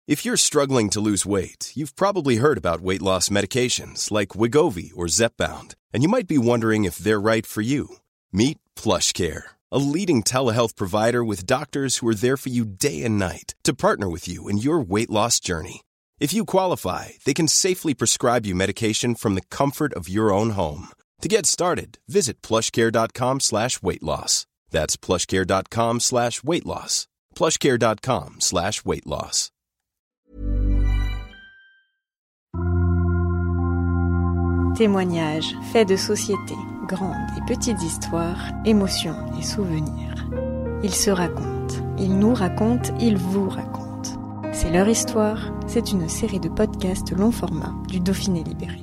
If you're struggling to lose weight, you've probably heard about weight loss medications like Wegovy or Zepbound, and you might be wondering if they're right for you. Meet PlushCare, a leading telehealth provider with doctors who are there for you day and night to partner with you in your weight loss journey. If you qualify, they can safely prescribe you medication from the comfort of your own home. To get started, visit plushcare.com/weightloss. That's plushcare.com/weightloss. plushcare.com/weightloss. Témoignages, faits de société, grandes et petites histoires, émotions et souvenirs. Ils se racontent, ils nous racontent, ils vous racontent. C'est leur histoire, c'est une série de podcasts long format du Dauphiné Libéré.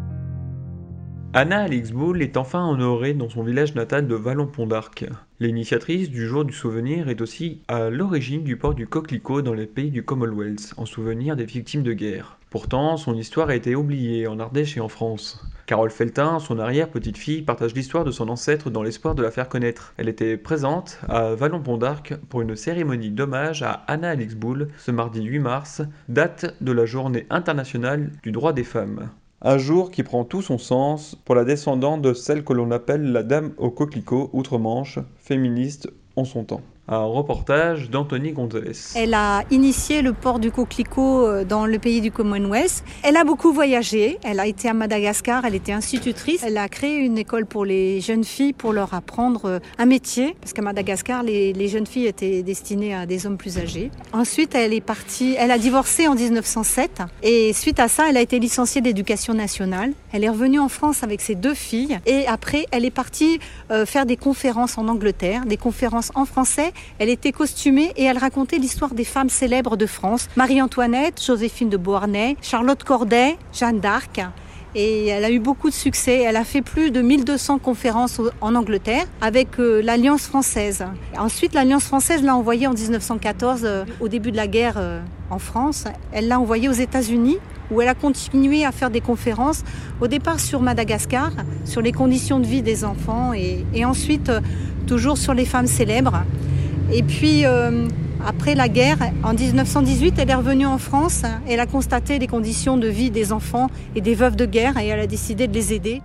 Anna Alix Boole est enfin honorée dans son village natal de Vallon-Pont d'Arc. L'initiatrice du jour du souvenir est aussi à l'origine du port du coquelicot dans les pays du Commonwealth, en souvenir des victimes de guerre. Pourtant, son histoire a été oubliée en Ardèche et en France. Carole Feltin, son arrière-petite-fille, partage l'histoire de son ancêtre dans l'espoir de la faire connaître. Elle était présente à Vallon-Pont d'Arc pour une cérémonie d'hommage à Anna Alix Boole ce mardi 8 mars, date de la Journée internationale du droit des femmes. Un jour qui prend tout son sens pour la descendante de celle que l'on appelle la Dame au coquelicot outre-Manche, féministe en son temps. Un reportage d'Anthony Gonzalez. Elle a initié le port du coquelicot dans le pays du Commonwealth. Elle a beaucoup voyagé. Elle a été à Madagascar. Elle était institutrice. Elle a créé une école pour les jeunes filles pour leur apprendre un métier. Parce qu'à Madagascar, les jeunes filles étaient destinées à des hommes plus âgés. Ensuite, elle est partie. Elle a divorcé en 1907. Et suite à ça, elle a été licenciée d'éducation nationale. Elle est revenue en France avec ses 2 filles. Et après, elle est partie faire des conférences en Angleterre, des conférences en français. Elle était costumée et elle racontait l'histoire des femmes célèbres de France. Marie-Antoinette, Joséphine de Beauharnais, Charlotte Corday, Jeanne d'Arc. Et elle a eu beaucoup de succès. Elle a fait plus de 1200 conférences en Angleterre avec l'Alliance française. Ensuite, l'Alliance française l'a envoyée en 1914, au début de la guerre en France. Elle l'a envoyée aux États-Unis, où elle a continué à faire des conférences, au départ sur Madagascar, sur les conditions de vie des enfants, et ensuite toujours sur les femmes célèbres. Et puis, après la guerre, en 1918, elle est revenue en France. Elle a constaté les conditions de vie des enfants et des veuves de guerre et elle a décidé de les aider.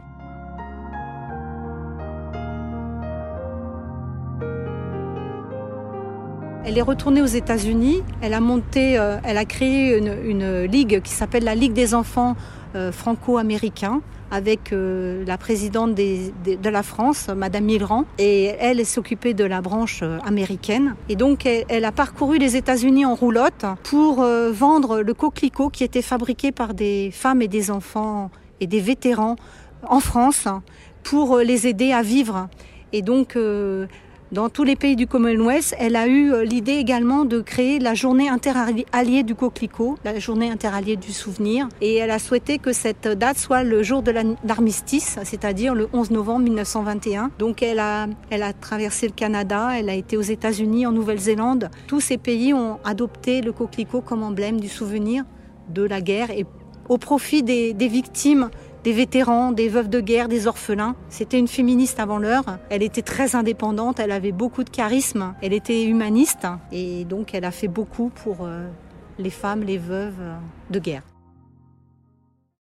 Elle est retournée aux États-Unis. Elle a créé une ligue qui s'appelle la Ligue des enfants franco-américains, avec la présidente de la France, Madame Millerand, et elle s'occupait de la branche américaine. Et donc, elle a parcouru les États-Unis en roulotte pour vendre le coquelicot qui était fabriqué par des femmes et des enfants et des vétérans en France pour les aider à vivre. Et donc, dans tous les pays du Commonwealth, elle a eu l'idée également de créer la journée interalliée du coquelicot, la journée interalliée du souvenir. Et elle a souhaité que cette date soit le jour de l'armistice, c'est-à-dire le 11 novembre 1921. Donc elle a traversé le Canada, elle a été aux États-Unis, en Nouvelle-Zélande. Tous ces pays ont adopté le coquelicot comme emblème du souvenir de la guerre et au profit des victimes, des vétérans, des veuves de guerre, des orphelins. C'était une féministe avant l'heure. Elle était très indépendante, elle avait beaucoup de charisme, elle était humaniste et donc elle a fait beaucoup pour les femmes, les veuves de guerre.